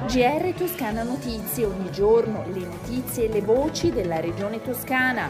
GR Toscana Notizie, ogni giorno le notizie e le voci della regione toscana.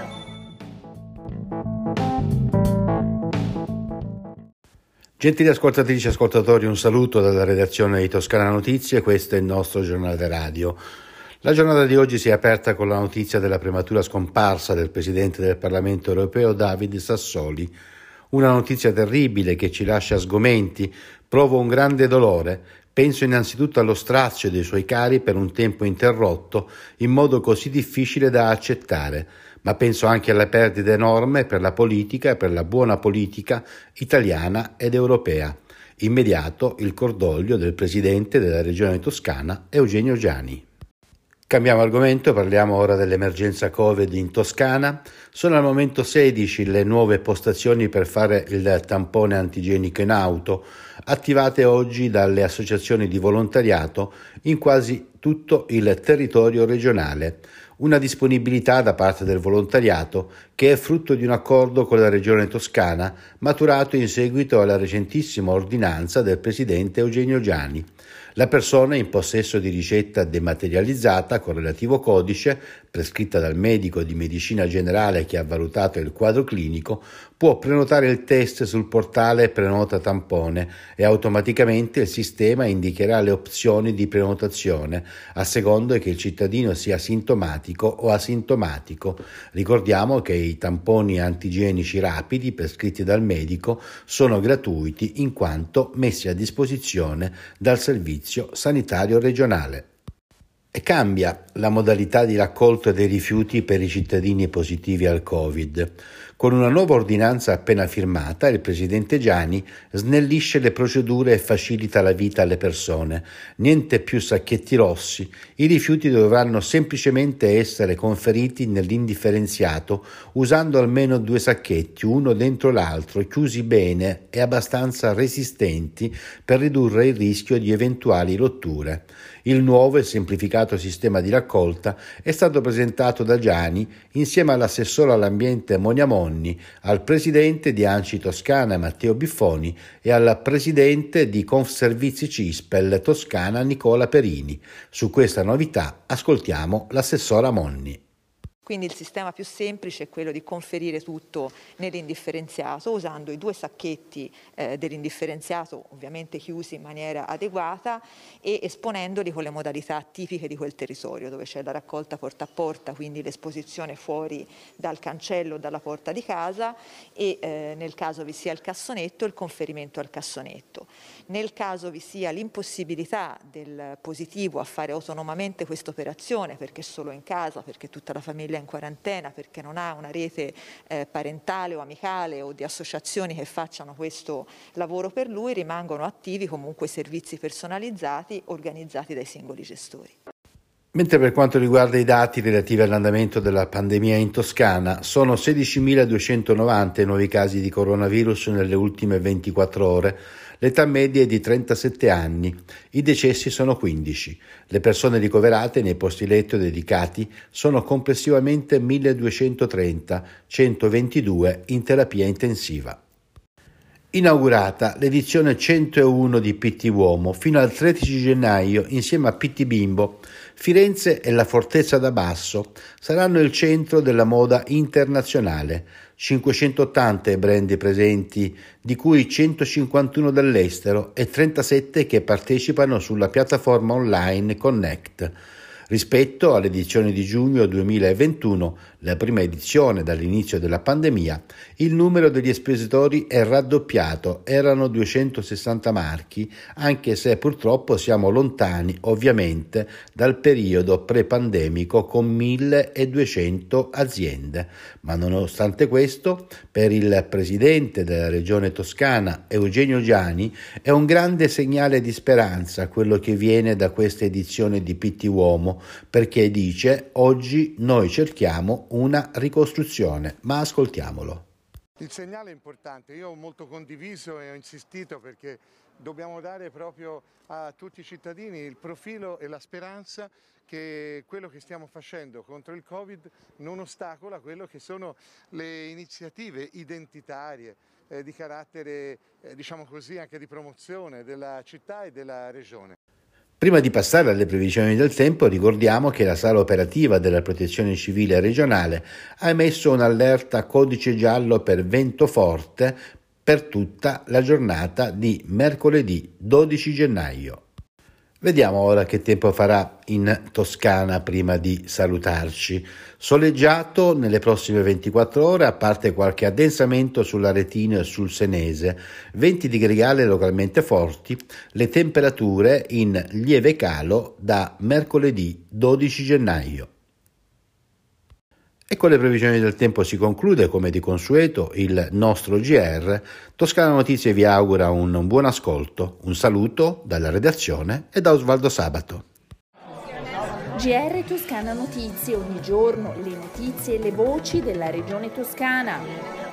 Gentili ascoltatrici e ascoltatori, un saluto dalla redazione di Toscana Notizie, questo è il nostro giornale radio. La giornata di oggi si è aperta con la notizia della prematura scomparsa del Presidente del Parlamento europeo David Sassoli. Una notizia terribile che ci lascia sgomenti, provo un grande dolore. Penso innanzitutto allo strazio dei suoi cari per un tempo interrotto in modo così difficile da accettare, ma penso anche alla perdita enorme per la politica e per la buona politica italiana ed europea. Immediato il cordoglio del Presidente della Regione Toscana, Eugenio Giani. Cambiamo argomento, parliamo ora dell'emergenza Covid in Toscana. Sono al momento 16 le nuove postazioni per fare il tampone antigenico in auto, attivate oggi dalle associazioni di volontariato in quasi tutto il territorio regionale. Una disponibilità da parte del volontariato che è frutto di un accordo con la Regione Toscana, maturato in seguito alla recentissima ordinanza del Presidente Eugenio Giani. La persona in possesso di ricetta dematerializzata con relativo codice, prescritta dal medico di medicina generale che ha valutato il quadro clinico, può prenotare il test sul portale Prenota Tampone e automaticamente il sistema indicherà le opzioni di prenotazione a seconda che il cittadino sia sintomatico o asintomatico. Ricordiamo che i tamponi antigenici rapidi prescritti dal medico sono gratuiti in quanto messi a disposizione dal servizio sanitario regionale. E cambia la modalità di raccolta dei rifiuti per i cittadini positivi al Covid. Con una nuova ordinanza appena firmata, il Presidente Giani snellisce le procedure e facilita la vita alle persone. Niente più sacchetti rossi, i rifiuti dovranno semplicemente essere conferiti nell'indifferenziato usando almeno 2 sacchetti, uno dentro l'altro, chiusi bene e abbastanza resistenti per ridurre il rischio di eventuali rotture. Il nuovo e semplificato sistema di raccolta è stato presentato da Giani insieme all'assessore all'ambiente Monia Monni, al presidente di ANCI Toscana Matteo Biffoni e al presidente di Confservizi Cispel Toscana Nicola Perini. Su questa novità ascoltiamo l'assessora Monni. Quindi il sistema più semplice è quello di conferire tutto nell'indifferenziato usando i 2 sacchetti dell'indifferenziato, ovviamente chiusi in maniera adeguata e esponendoli con le modalità tipiche di quel territorio dove c'è la raccolta porta a porta, quindi l'esposizione fuori dal cancello o dalla porta di casa e nel caso vi sia il cassonetto il conferimento al cassonetto. Nel caso vi sia l'impossibilità del positivo a fare autonomamente questa operazione perché è solo in casa, perché tutta la famiglia in quarantena, perché non ha una rete parentale o amicale o di associazioni che facciano questo lavoro per lui, rimangono attivi comunque servizi personalizzati organizzati dai singoli gestori. Mentre per quanto riguarda i dati relativi all'andamento della pandemia in Toscana, sono 16.290 i nuovi casi di coronavirus nelle ultime 24 ore, l'età media è di 37 anni, i decessi sono 15, le persone ricoverate nei posti letto dedicati sono complessivamente 1.230, 122 in terapia intensiva. Inaugurata l'edizione 101 di PT Uomo fino al 13 gennaio insieme a PT Bimbo. Firenze e la Fortezza da Basso saranno il centro della moda internazionale. 580 i brand presenti, di cui 151 dall'estero e 37 che partecipano sulla piattaforma online Connect. Rispetto all'edizione di giugno 2021, la prima edizione dall'inizio della pandemia, il numero degli espositori è raddoppiato, erano 260 marchi, anche se purtroppo siamo lontani ovviamente dal periodo pre-pandemico con 1200 aziende. Ma nonostante questo, per il presidente della regione Toscana, Eugenio Giani, è un grande segnale di speranza quello che viene da questa edizione di PT Uomo, perché dice: oggi noi cerchiamo una ricostruzione, ma ascoltiamolo. Il segnale è importante, io ho molto condiviso e ho insistito perché dobbiamo dare proprio a tutti i cittadini il profilo e la speranza che quello che stiamo facendo contro il Covid non ostacola quello che sono le iniziative identitarie di carattere, diciamo così, anche di promozione della città e della regione. Prima di passare alle previsioni del tempo, ricordiamo che la sala operativa della Protezione Civile regionale ha emesso un'allerta codice giallo per vento forte per tutta la giornata di mercoledì 12 gennaio. Vediamo ora che tempo farà in Toscana prima di salutarci. Soleggiato nelle prossime 24 ore, a parte qualche addensamento sull'Aretino e sul Senese, venti di gregale localmente forti, le temperature in lieve calo da mercoledì 12 gennaio. E con le previsioni del tempo si conclude, come di consueto, il nostro GR. Toscana Notizie vi augura un buon ascolto. Un saluto dalla redazione e da Osvaldo Sabato. GR Toscana Notizie, ogni giorno le notizie e le voci della regione toscana.